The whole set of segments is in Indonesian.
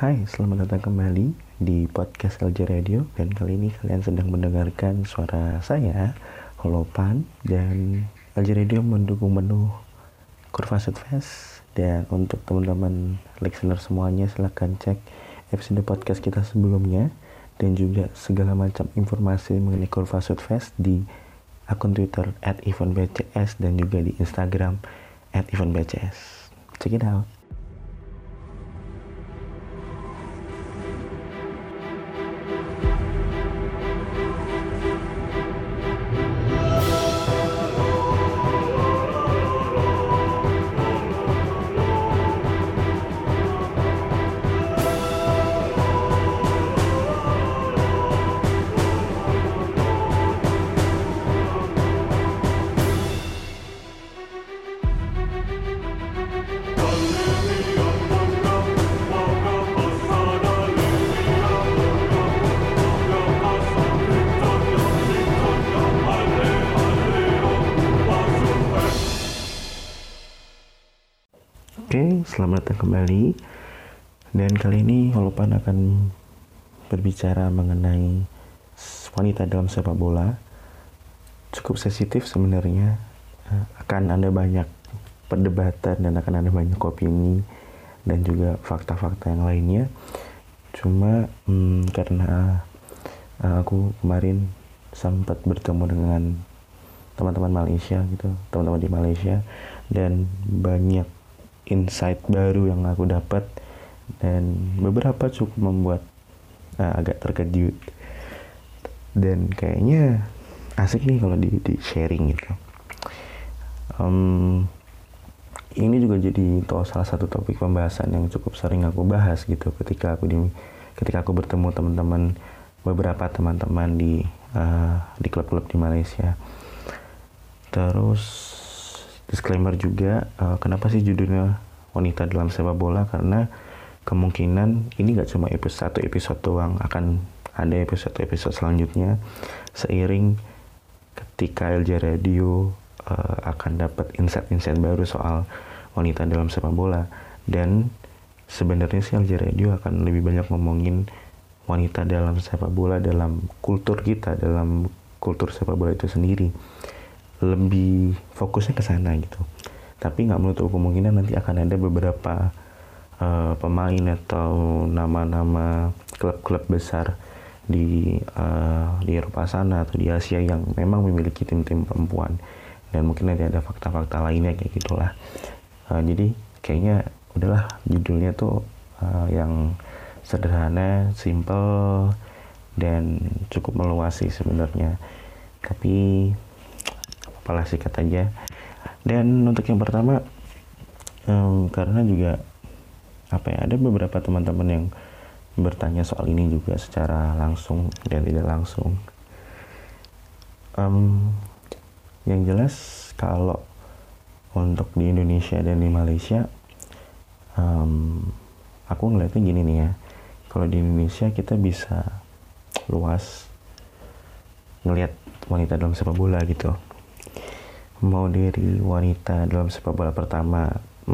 Hai, selamat datang kembali di podcast LJ Radio. Dan kali ini kalian sedang mendengarkan suara saya, Holopan. Dan LJ Radio mendukung penuh Kurva Fest. Dan untuk teman-teman listener semuanya, silahkan cek episode podcast kita sebelumnya. Dan juga segala macam informasi mengenai Kurva Fest di akun Twitter @eventbcs dan juga di Instagram @eventbcs. Check it out. Oke, selamat datang kembali. Dan kali ini Holopan akan berbicara mengenai wanita dalam sepak bola. Cukup sensitif sebenarnya. Akan ada banyak perdebatan dan akan ada banyak opini dan juga fakta-fakta yang lainnya. Cuma karena aku kemarin sempat bertemu dengan teman-teman Malaysia gitu, teman-teman di Malaysia, dan banyak insight baru yang aku dapat dan beberapa cukup membuat agak terkejut dan kayaknya asik nih kalau di sharing gitu. Ini juga jadi salah satu topik pembahasan yang cukup sering aku bahas gitu ketika aku bertemu beberapa teman-teman di klub-klub di Malaysia. Terus disclaimer juga, kenapa sih judulnya wanita dalam sepak bola? Karena kemungkinan ini gak cuma satu episode doang, akan ada episode selanjutnya seiring ketika LJ Radio akan dapat insight baru soal wanita dalam sepak bola. Dan sebenarnya sih LJ Radio akan lebih banyak ngomongin wanita dalam sepak bola dalam kultur kita, dalam kultur sepak bola itu sendiri. Lebih fokusnya ke sana gitu. Tapi nggak menutup kemungkinan nanti akan ada beberapa pemain atau nama-nama klub-klub besar di Eropa sana atau di Asia yang memang memiliki tim-tim perempuan, dan mungkin nanti ada fakta-fakta lainnya kayak gitulah. Jadi kayaknya udahlah judulnya tuh yang sederhana, simple, dan cukup meluas sih sebenarnya. Tapi apalah, sikat aja. Dan untuk yang pertama, karena juga ada beberapa teman-teman yang bertanya soal ini juga secara langsung dan tidak langsung. Yang jelas kalau untuk di Indonesia dan di Malaysia, aku ngeliatnya gini nih ya. Kalau di Indonesia kita bisa luas ngelihat wanita dalam sepak bola gitu. Mau dari wanita dalam sepak bola pertama,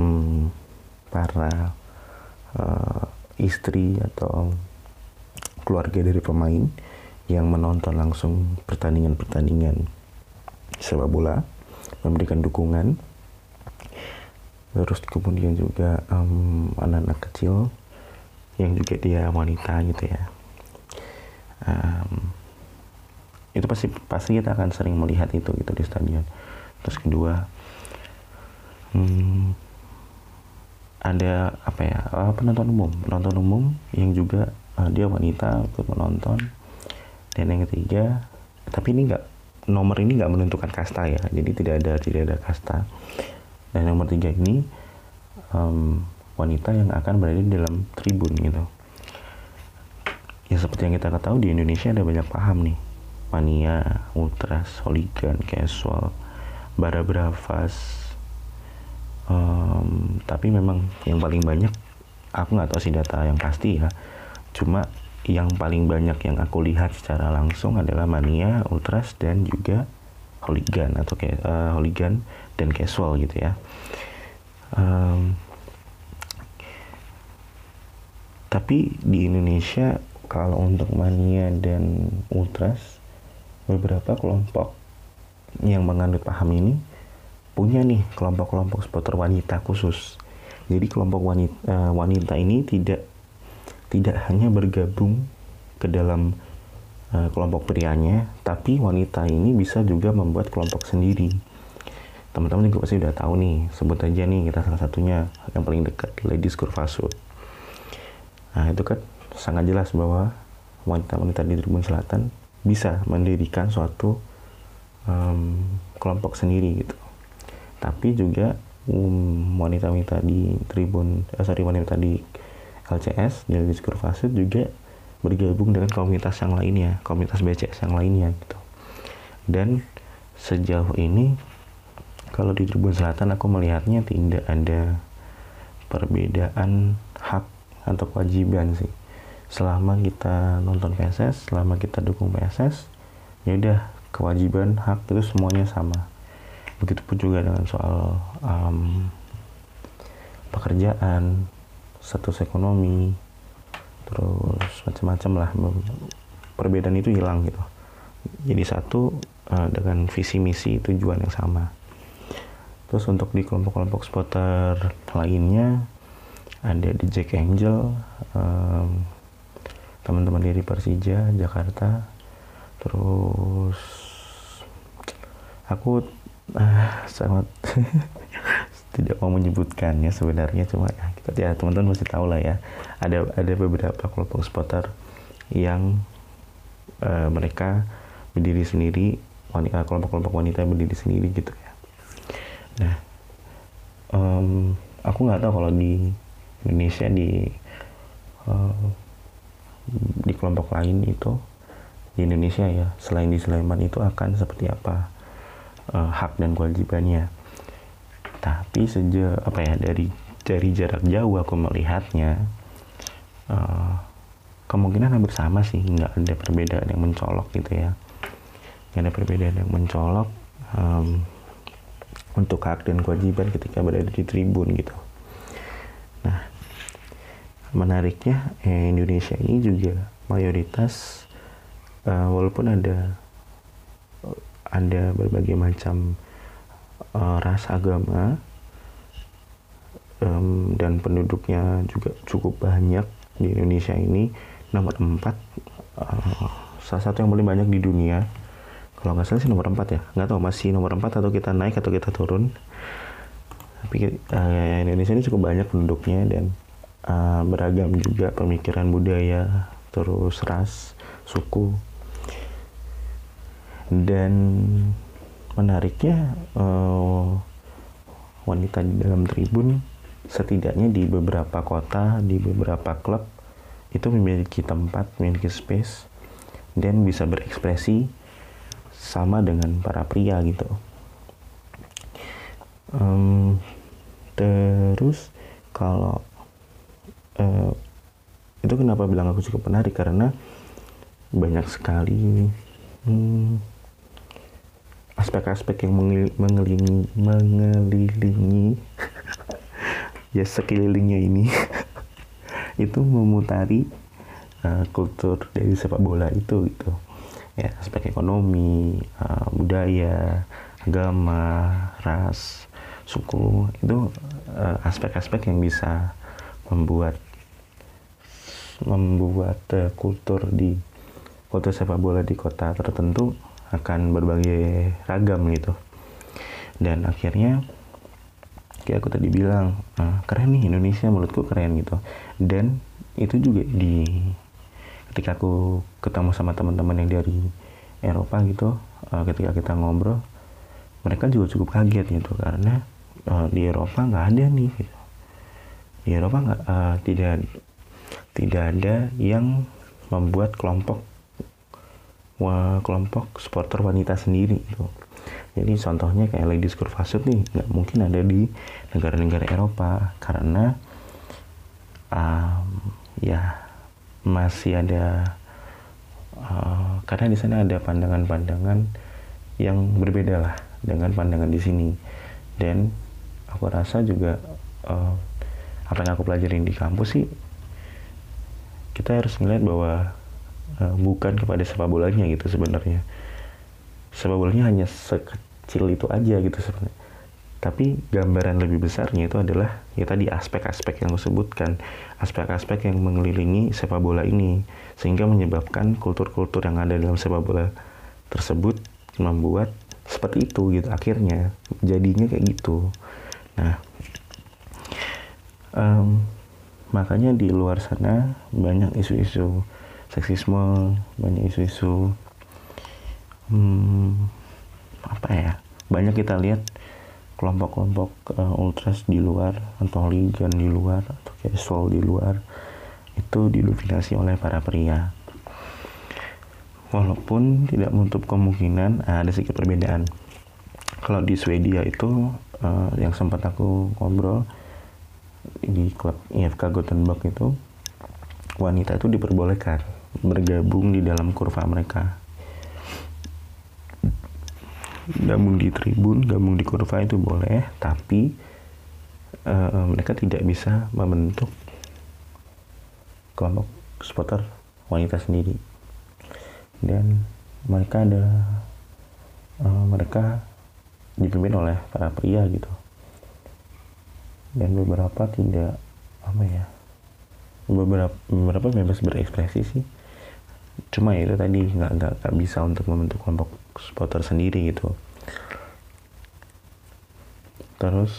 para istri atau keluarga dari pemain yang menonton langsung pertandingan sepak bola, memberikan dukungan. Terus kemudian juga anak-anak kecil yang juga dia wanita gitu ya. Itu pasti kita akan sering melihat itu gitu di stadion. Terus kedua, ada penonton umum yang juga dia wanita untuk menonton. Dan yang ketiga, tapi nomor ini nggak menentukan kasta ya, jadi tidak ada kasta. Dan nomor 3 ini wanita yang akan berada di dalam tribun gitu. Ya seperti yang kita ketahui di Indonesia ada banyak paham nih, mania, ultras, hooligan, casual, Barabravas, tapi memang yang paling banyak, aku nggak tahu sih data yang pasti ya, cuma yang paling banyak yang aku lihat secara langsung adalah mania, ultras, dan juga hooligan atau hooligan dan casual gitu ya. Tapi di Indonesia kalau untuk mania dan ultras, beberapa kelompok yang menganut paham ini punya nih kelompok-kelompok supporter wanita khusus. Jadi kelompok wanita ini tidak hanya bergabung ke dalam kelompok prianya, tapi wanita ini bisa juga membuat kelompok sendiri. Teman-teman juga pasti udah tahu nih, sebut aja nih kita salah satunya yang paling dekat, Ladies Kurvasud. Nah itu kan sangat jelas bahwa wanita-wanita di Tribun Selatan bisa mendirikan suatu kelompok sendiri gitu. Tapi juga wanita-wanita di wanita di LCS, di Ladies Kurvasud juga bergabung dengan komunitas yang lainnya, komunitas BCS yang lainnya gitu. Dan sejauh ini kalau di Tribun Selatan aku melihatnya tidak ada perbedaan hak atau kewajiban sih. Selama kita nonton PSS, selama kita dukung PSS, ya udah kewajiban hak itu semuanya sama. Begitupun juga dengan soal pekerjaan, status ekonomi, terus macam-macam lah. Perbedaan itu hilang gitu. Jadi satu dengan visi misi tujuan yang sama. Terus untuk di kelompok-kelompok supporter lainnya ada di Jack Angel, teman-teman dari Persija Jakarta. Terus aku sangat tidak mau menyebutkannya sebenarnya, cuma ya teman-teman mesti tahu lah ya, ada beberapa kelompok supporter yang mereka berdiri sendiri, kelompok-kelompok wanita berdiri sendiri gitu ya. Nah, aku nggak tahu kalau di Indonesia di kelompok lain itu di Indonesia ya, selain di Sleman itu akan seperti apa hak dan kewajibannya. Tapi dari jarak jauh aku melihatnya kemungkinan hampir sama sih, nggak ada perbedaan yang mencolok gitu ya, nggak ada perbedaan yang mencolok untuk hak dan kewajiban ketika berada di tribun gitu. Nah, menariknya Indonesia ini juga mayoritas walaupun ada berbagai macam ras, agama, dan penduduknya juga cukup banyak di Indonesia ini, nomor 4 salah satu yang paling banyak di dunia. Kalau nggak salah sih nomor 4 ya, nggak tahu masih nomor 4 atau kita naik atau kita turun. Tapi Indonesia ini cukup banyak penduduknya dan beragam juga pemikiran, budaya, terus ras, suku. Dan menariknya wanita di dalam tribun setidaknya di beberapa kota, di beberapa klub itu memiliki tempat, memiliki space dan bisa berekspresi sama dengan para pria gitu. Terus kalau itu kenapa bilang aku cukup menarik, karena banyak sekali aspek-aspek yang mengelilingi ya sekelilingnya ini itu memutari kultur dari sepak bola itu gitu ya, aspek ekonomi, budaya, agama, ras, suku, itu aspek-aspek yang bisa membuat kultur sepak bola di kota tertentu akan berbagai ragam gitu. Dan akhirnya kayak aku tadi bilang, keren nih Indonesia, menurutku keren gitu. Dan itu juga ketika aku ketemu sama teman-teman yang dari Eropa gitu, ketika kita ngobrol, mereka juga cukup kaget gitu, karena di Eropa nggak ada nih gitu. Di Eropa tidak ada yang membuat kelompok supporter wanita sendiri gitu. Jadi contohnya kayak Ladies Kurvasud nih nggak mungkin ada di negara-negara Eropa, karena ya masih ada karena di sana ada pandangan-pandangan yang berbeda lah dengan pandangan di sini. Dan aku rasa juga apa yang aku pelajarin di kampus sih kita harus ngeliat bahwa bukan kepada sepak bolanya gitu sebenarnya. Sepak bolanya hanya sekecil itu aja gitu sebenarnya. Tapi gambaran lebih besarnya itu adalah ya tadi aspek-aspek yang aku sebutkan, aspek-aspek yang mengelilingi sepak bola ini, sehingga menyebabkan kultur-kultur yang ada dalam sepak bola tersebut membuat seperti itu gitu, akhirnya jadinya kayak gitu. Nah, makanya di luar sana banyak isu-isu seksisme, banyak isu-isu banyak kita lihat kelompok-kelompok ultras di luar, atau hooligan di luar, atau casual di luar, itu didominasi oleh para pria. Walaupun tidak menutup kemungkinan ada sedikit perbedaan. Kalau di Swedia itu yang sempat aku ngobrol di klub IFK Gothenburg itu, wanita itu diperbolehkan bergabung di dalam kurva mereka. Gabung di tribun, gabung di kurva itu boleh, tapi mereka tidak bisa membentuk kelompok supporter wanita sendiri. Dan mereka dipimpin oleh para pria gitu. Dan beberapa tidak beberapa bebas berekspresi sih. Cuma itu tadi nggak bisa untuk membentuk kelompok supporter sendiri gitu. Terus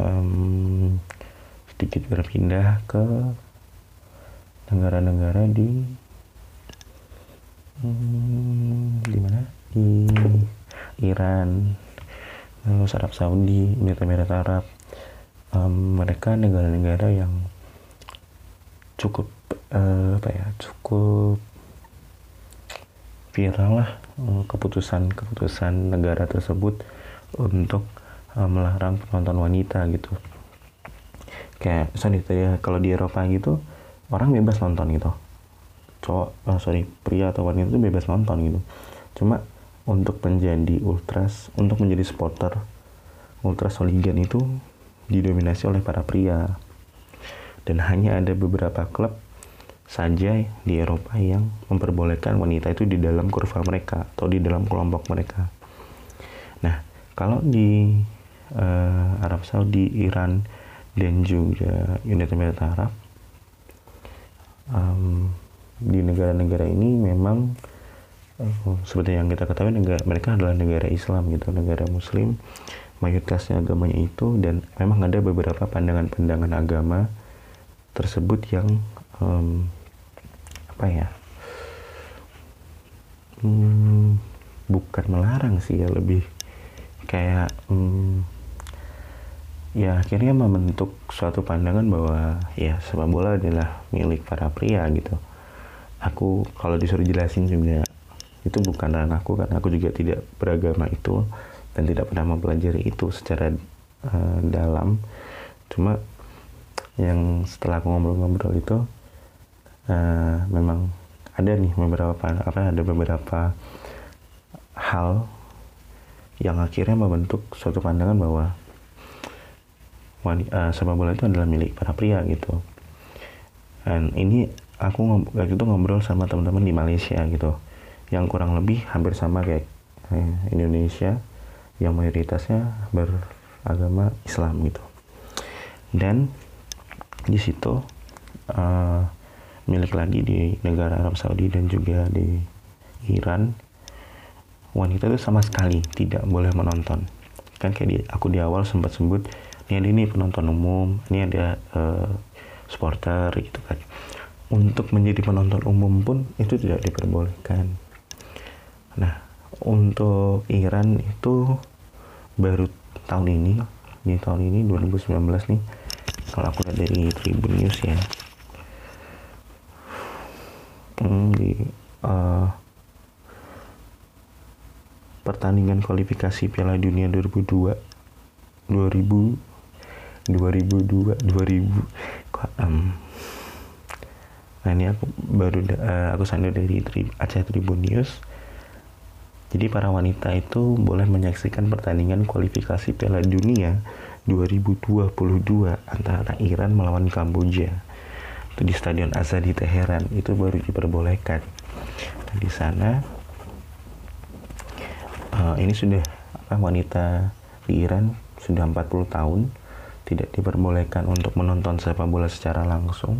sedikit berpindah ke negara-negara di mana? Di Iran, lalu Arab Saudi, Uni Emirat Arab. Mereka negara-negara yang cukup cukup viral lah keputusan negara tersebut untuk melarang penonton wanita gitu. Kayak misalnya kalau di Eropa gitu orang bebas nonton gitu, pria atau wanita itu bebas nonton gitu. Cuma untuk menjadi ultras, untuk menjadi supporter ultras hooligan itu didominasi oleh para pria, dan hanya ada beberapa klub saja di Eropa yang memperbolehkan wanita itu di dalam kurva mereka atau di dalam kelompok mereka. Nah, kalau di Arab Saudi, Iran, dan juga Uni Emirat Arab, di negara-negara ini memang seperti yang kita ketahui mereka adalah negara Islam gitu, negara Muslim, mayoritasnya agamanya itu, dan memang ada beberapa pandangan-pandangan agama tersebut yang bukan melarang sih ya, lebih kayak ya akhirnya membentuk suatu pandangan bahwa ya sepak bola adalah milik para pria gitu. Aku kalau disuruh jelasin juga itu bukan ranahku, karena aku juga tidak beragama itu dan tidak pernah mempelajari itu secara dalam. Cuma yang setelah aku ngobrol-ngobrol itu memang ada nih beberapa hal yang akhirnya membentuk suatu pandangan bahwa sepak bola itu adalah milik para pria gitu. Dan ini aku waktu itu ngobrol sama teman-teman di Malaysia gitu, yang kurang lebih hampir sama kayak Indonesia, yang mayoritasnya beragama Islam gitu. Dan di situ milik lagi di negara Arab Saudi dan juga di Iran, wanita itu sama sekali tidak boleh menonton. Kan kayak aku di awal sempat sebut, ini penonton umum, ini ada supporter gitu kan. Untuk menjadi penonton umum pun itu tidak diperbolehkan. Nah, untuk Iran itu baru tahun ini 2019 nih, kalau aku lihat dari Tribun News ya, di pertandingan kualifikasi Piala Dunia 2000 nah ini aku sandar dari Aceh Tribun News. Jadi para wanita itu boleh menyaksikan pertandingan kualifikasi Piala Dunia 2022 antara Iran melawan Kamboja. itu di Stadion Azadi Teheran, itu baru diperbolehkan. Nah, di sana ini sudah wanita di Iran sudah 40 tahun tidak diperbolehkan untuk menonton sepak bola secara langsung.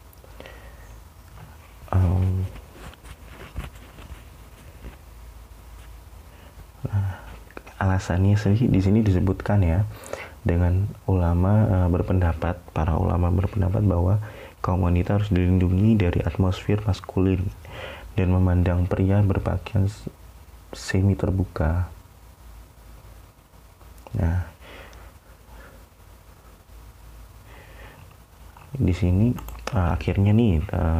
Alasannya sendiri di sini disebutkan ya, dengan para ulama berpendapat bahwa kaum wanita harus dilindungi dari atmosfer maskulin dan memandang pria berpakaian semi terbuka. Nah, di sini akhirnya nih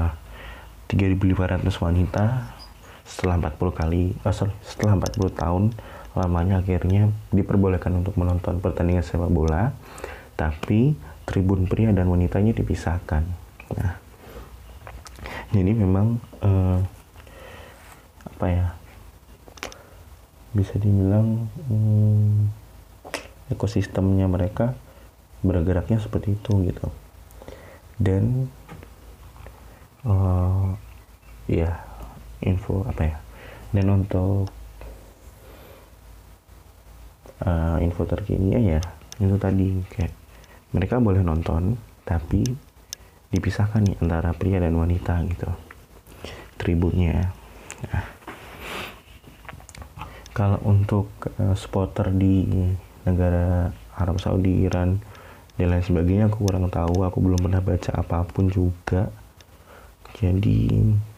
3.500 wanita setelah 40 tahun lamanya akhirnya diperbolehkan untuk menonton pertandingan sepak bola, tapi tribun pria dan wanitanya dipisahkan. Nah, jadi memang bisa dibilang ekosistemnya mereka bergeraknya seperti itu gitu. Dan dan untuk info terkini ya itu tadi, kayak mereka boleh nonton tapi dipisahkan nih antara pria dan wanita gitu tribunnya. Nah, kalau untuk supporter di negara Arab Saudi, Iran dan lain sebagainya aku kurang tahu, aku belum pernah baca apapun juga, jadi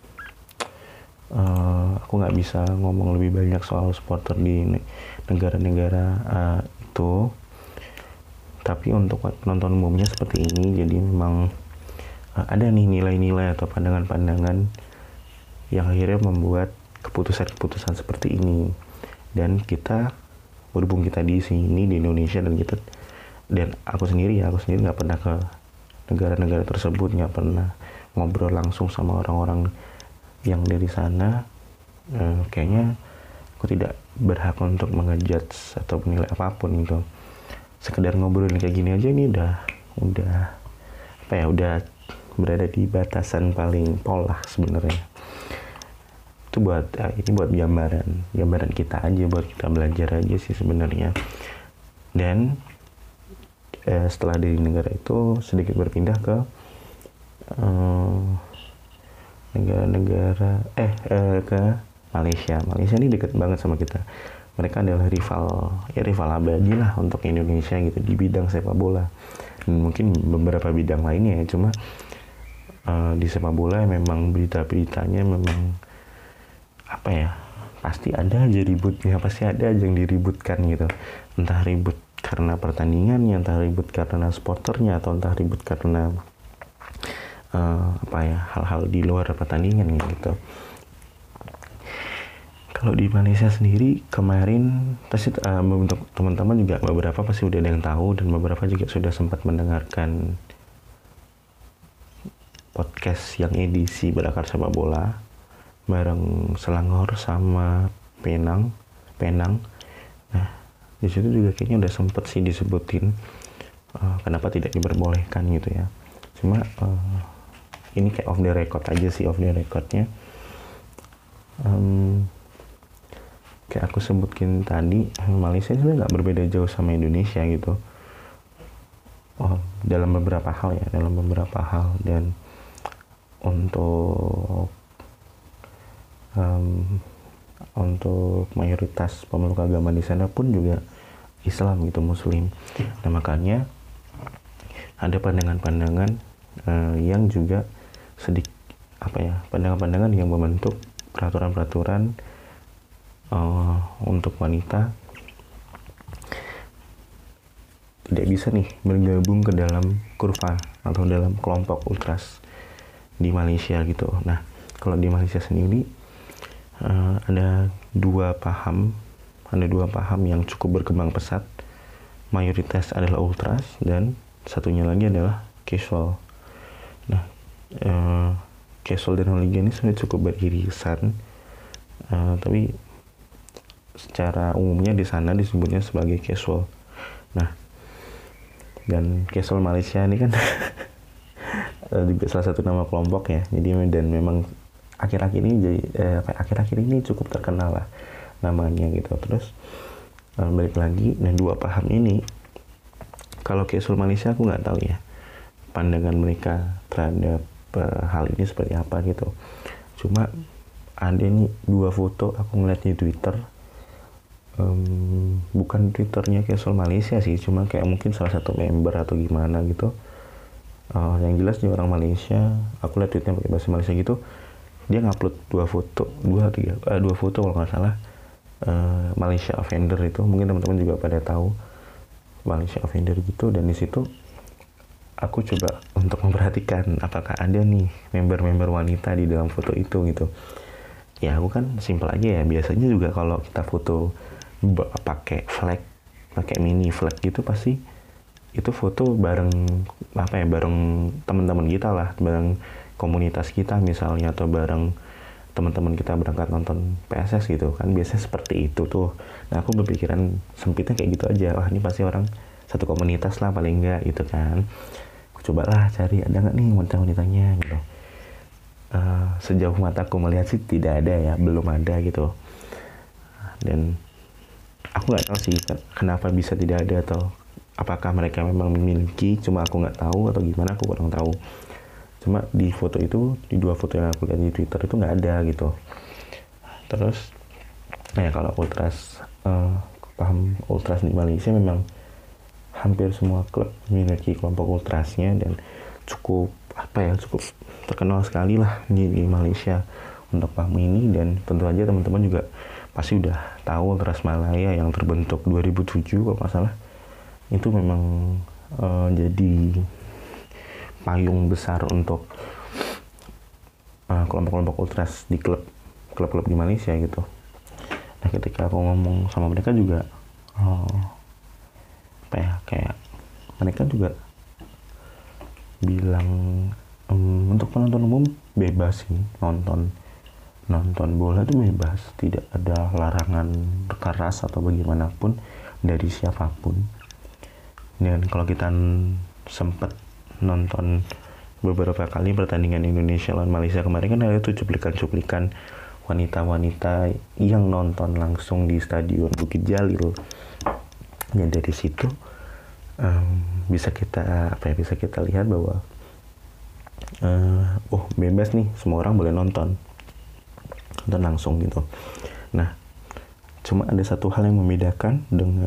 aku nggak bisa ngomong lebih banyak soal supporter di negara-negara itu. Tapi untuk penonton umumnya seperti ini, jadi memang ada nih nilai-nilai atau pandangan-pandangan yang akhirnya membuat keputusan-keputusan seperti ini. Dan kita berhubung kita di sini di Indonesia, dan aku sendiri nggak pernah ke negara-negara tersebut, nggak pernah ngobrol langsung sama orang-orang yang dari sana, kayaknya aku tidak berhak untuk mengejudge atau menilai apapun gitu. Sekedar ngobrolin kayak gini aja ini udah berada di batasan paling pola sebenarnya. Itu buat gambaran kita aja, buat kita belajar aja sih sebenarnya. Dan setelah dari negara itu sedikit berpindah ke ke Malaysia. Malaysia ini dekat banget sama kita. Mereka adalah rival abadi lah untuk Indonesia gitu di bidang sepak bola. Dan mungkin beberapa bidang lainnya ya, cuma di sepak bola memang berita-beritanya memang pasti ada aja ributnya, pasti ada aja yang diributkan gitu. Entah ribut karena pertandingannya, entah ribut karena supporternya, atau entah ribut karena hal-hal di luar pertandingan gitu. Kalau di Malaysia sendiri kemarin pasti untuk teman-teman juga beberapa pasti udah ada yang tahu, dan beberapa juga sudah sempat mendengarkan podcast yang edisi Berakar Sepak Bola bareng Selangor sama Penang. Nah, di situ juga kayaknya udah sempet sih disebutin kenapa tidak diperbolehkan gitu ya. Cuma ini kayak off the record aja sih, off the recordnya. Kayak aku sebutkin tadi, Malaysia sebenarnya nggak berbeda jauh sama Indonesia gitu. Dalam beberapa hal. Dan untuk mayoritas pemeluk agama di sana pun juga Islam gitu, Muslim. Nah, makanya ada pandangan-pandangan yang juga pandangan-pandangan yang membentuk peraturan-peraturan untuk wanita tidak bisa nih bergabung ke dalam kurva atau dalam kelompok ultras di Malaysia gitu. Nah, kalau di Malaysia sendiri ada dua paham yang cukup berkembang pesat. Mayoritas adalah ultras dan satunya lagi adalah casual. Nah, casual dan hooligan ini sebenarnya cukup beririsan, tapi secara umumnya di sana disebutnya sebagai casual. Nah, dan casual Malaysia ini kan juga salah satu nama kelompok ya. Jadi dan memang akhir-akhir ini akhir-akhir ini cukup terkenal lah namanya gitu. Terus balik lagi, nah dua paham ini, kalau casual Malaysia aku nggak tahu ya pandangan mereka terhadap hal ini seperti apa gitu. Cuma ada nih dua foto aku ngeliat di Twitter, bukan Twitternya casual Malaysia sih, cuma kayak mungkin salah satu member atau gimana gitu. Yang jelas dia orang Malaysia, aku lihat tweetnya pakai bahasa Malaysia gitu. Dia ngupload dua foto kalau nggak salah, Malaysia Offender itu, mungkin teman-teman juga pada tahu Malaysia Offender gitu. Dan di situ aku coba untuk memperhatikan apakah ada nih member-member wanita di dalam foto itu gitu. Ya aku kan simpel aja ya, biasanya juga kalau kita foto pakai flag, pakai mini flag gitu, pasti itu foto bareng bareng teman-teman kita lah, bareng komunitas kita misalnya, atau bareng teman-teman kita berangkat nonton PSS gitu kan, biasanya seperti itu tuh. Nah aku berpikiran sempitnya kayak gitu aja, wah ini pasti orang satu komunitas lah paling enggak gitu kan. Aku cobalah cari ada nggak nih wanita-wanitanya gitu. Sejauh mataku melihat sih tidak ada ya, belum ada gitu. Dan aku nggak tahu sih kenapa bisa tidak ada, atau apakah mereka memang memiliki cuma aku nggak tahu atau gimana, aku kurang tahu. Cuma di foto itu, di dua foto yang aku lihat di Twitter itu nggak ada gitu. Terus ya kalau ultras, paham ultras di Malaysia memang hampir semua klub memiliki kelompok ultrasnya, dan cukup terkenal sekali lah di Malaysia untuk paham ini. Dan tentu aja teman-teman juga pasti udah tahu Ultras Malaya yang terbentuk 2007 kalau nggak salah. Itu memang jadi payung besar untuk kelompok-kelompok ultras di klub-klub di Malaysia gitu. Nah ketika aku ngomong sama mereka juga, kayak mereka juga bilang untuk penonton umum bebas sih nonton bola itu bebas, tidak ada larangan keras atau bagaimanapun dari siapapun. Dan kalau kita sempat nonton beberapa kali pertandingan Indonesia lawan Malaysia kemarin, kan ada tuh cuplikan-cuplikan wanita-wanita yang nonton langsung di Stadion Bukit Jalil. Dan dari situ bisa kita lihat bahwa bebas nih, semua orang boleh nonton langsung gitu. Nah cuma ada satu hal yang membedakan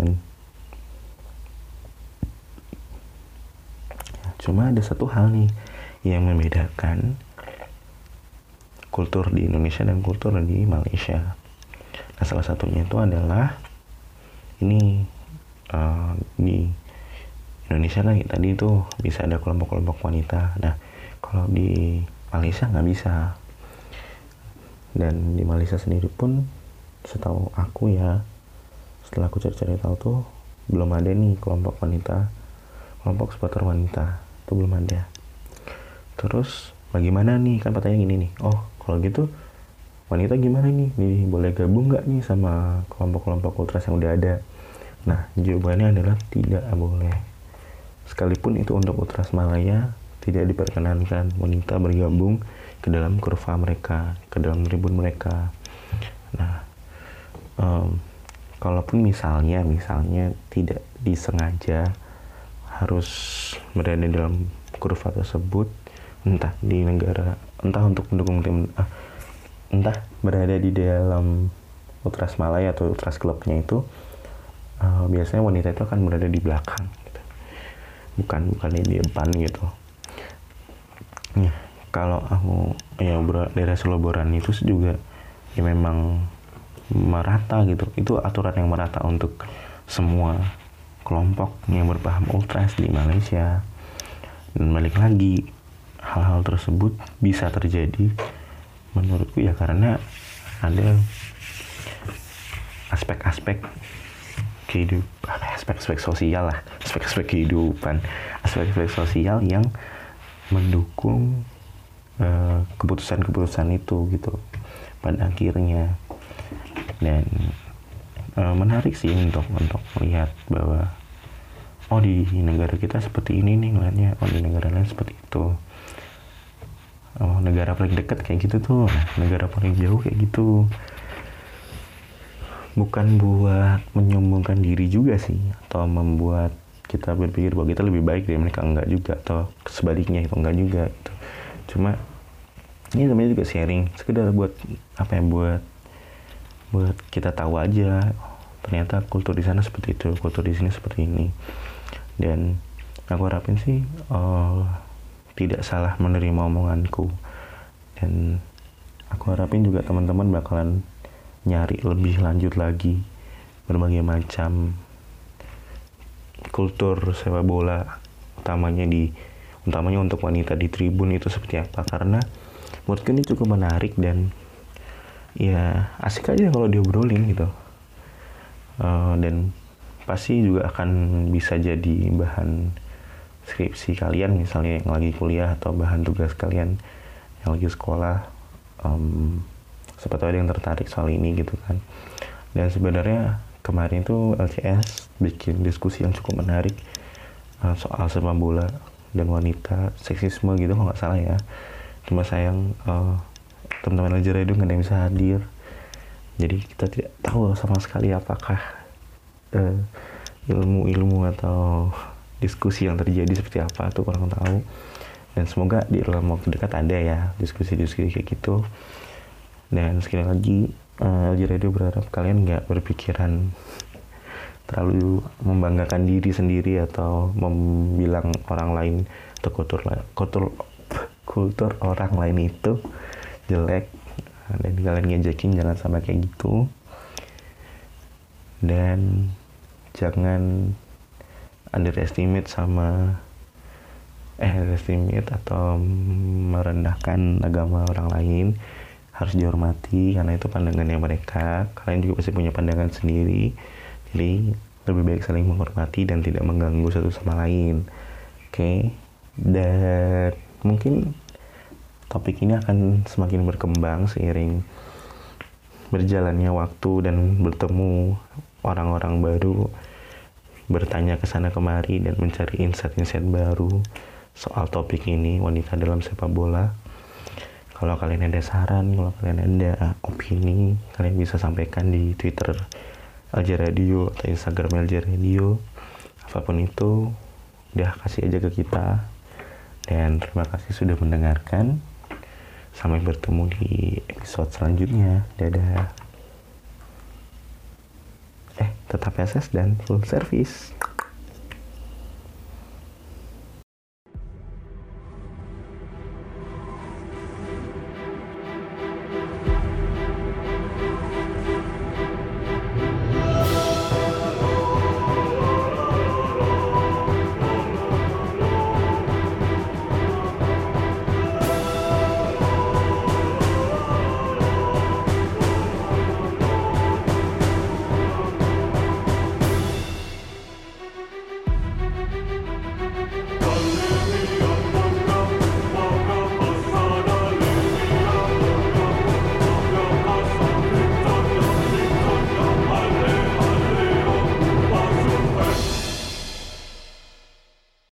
kultur di Indonesia dan kultur di Malaysia. Nah salah satunya itu adalah ini, di Indonesia kan tadi itu bisa ada kelompok-kelompok wanita. Nah kalau di Malaysia nggak bisa. Dan di Malaysia sendiri pun setahu aku ya, setelah aku cari-cari tahu tuh belum ada nih kelompok supporter wanita, itu belum ada. Terus bagaimana nih, kan pertanyaan gini nih, kalau gitu wanita gimana nih boleh gabung nggak nih sama kelompok-kelompok ultras yang udah ada? Nah jawabannya adalah tidak boleh. Sekalipun itu untuk Ultras Malaya, tidak diperkenankan wanita bergabung ke dalam kurva mereka, ke dalam tribun mereka. Nah kalaupun misalnya tidak disengaja harus berada dalam kurva tersebut, entah untuk mendukung tim, entah berada di dalam Ultras Malaya atau Ultras klubnya itu, biasanya wanita itu akan berada di belakang gitu. bukan di depan gitu. Nah, kalau aku daerah Seloboran itu juga ya memang merata gitu, itu aturan yang merata untuk semua kelompok yang berpaham ultras di Malaysia. Dan balik lagi, hal-hal tersebut bisa terjadi menurutku ya karena ada aspek-aspek kehidupan, aspek-aspek sosial sosial yang mendukung keputusan-keputusan itu gitu pada akhirnya. Dan menarik sih untuk melihat bahwa di negara kita seperti ini nih ngeliatnya, di negara lain seperti itu. negara paling dekat kayak gitu tuh, negara paling jauh kayak gitu. Bukan buat menyombongkan diri juga sih, atau membuat kita berpikir bahwa kita lebih baik dari mereka, enggak juga, atau sebaliknya itu enggak juga gitu. Cuma ini namanya juga sharing, sekedar buat apa ya, buat kita tahu aja, ternyata kultur di sana seperti itu, kultur di sini seperti ini. Dan aku harapin sih tidak salah menerima omonganku, dan aku harapin juga teman-teman bakalan nyari lebih lanjut lagi berbagai macam kultur sepak bola, utamanya untuk wanita di tribun itu seperti apa, karena menurutku ini cukup menarik dan ya asik aja kalau diobrolin gitu. Dan pasti juga akan bisa jadi bahan skripsi kalian misalnya yang lagi kuliah, atau bahan tugas kalian yang lagi sekolah. Siapa tahu ada yang tertarik soal ini gitu kan. Dan sebenarnya kemarin tuh LCS bikin diskusi yang cukup menarik soal sepak bola dan wanita, seksisme gitu kalau nggak salah ya. Cuma sayang teman-teman Aljazeera itu nggak ada yang bisa hadir, jadi kita tidak tahu sama sekali apakah ilmu-ilmu atau diskusi yang terjadi seperti apa, tuh kurang tahu. Dan semoga di dalam waktu dekat ada ya diskusi-diskusi kayak gitu. Dan sekali lagi Aljazeera berharap kalian nggak berpikiran terlalu membanggakan diri sendiri atau membilang orang lain atau kultur orang lain itu jelek, dan kalian ngejekin, jangan sampai kayak gitu. Dan jangan underestimate atau merendahkan agama orang lain. Harus dihormati karena itu pandangannya mereka. Kalian juga pasti punya pandangan sendiri, jadi lebih baik saling menghormati dan tidak mengganggu satu sama lain. Oke. Dan mungkin topik ini akan semakin berkembang seiring berjalannya waktu dan bertemu orang-orang baru, bertanya ke sana kemari dan mencari insight-insight baru soal topik ini, wanita dalam sepak bola. Kalau kalian ada saran, kalau kalian ada opini, kalian bisa sampaikan di Twitter Aljazeera Radio atau Instagram Aljazeera Radio. Apapun itu, udah kasih aja ke kita. Dan terima kasih sudah mendengarkan. Sampai bertemu di episode selanjutnya. Dadah. Tetap SS dan full service.